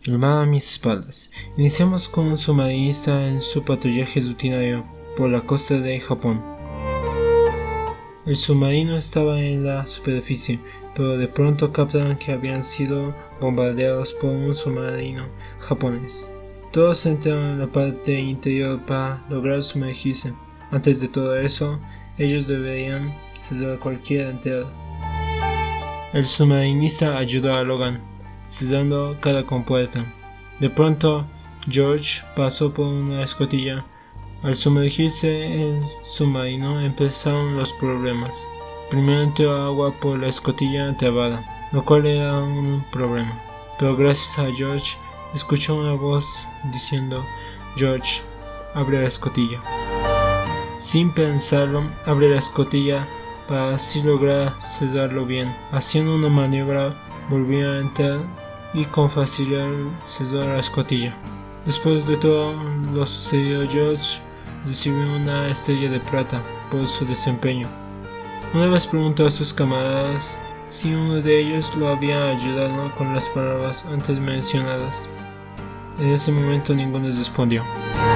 El mar a mis espaldas. Iniciamos con un submarinista en su patrullaje rutinario por la costa de Japón. El submarino estaba en la superficie, pero de pronto captaron que habían sido bombardeados por un submarino japonés. Todos entraron en la parte interior para lograr sumergirse. Antes de todo eso, ellos deberían cerrar cualquier entrada. El submarinista ayudó a Logan, cerrando cada compuerta. De pronto, George pasó por una escotilla. Al sumergirse el submarino empezaron los problemas. Primero entró agua por la escotilla trabada, lo cual era un problema. Pero gracias a George, escuchó una voz diciendo: George, abre la escotilla. Sin pensarlo, abre la escotilla para así lograr cerrarlo bien. Haciendo una maniobra, volvió a entrar y con facilidad cerró la escotilla. Después de todo lo sucedido, George recibió una estrella de plata por su desempeño. Una vez preguntó a sus camaradas si uno de ellos lo había ayudado con las palabras antes mencionadas. En ese momento ninguno respondió.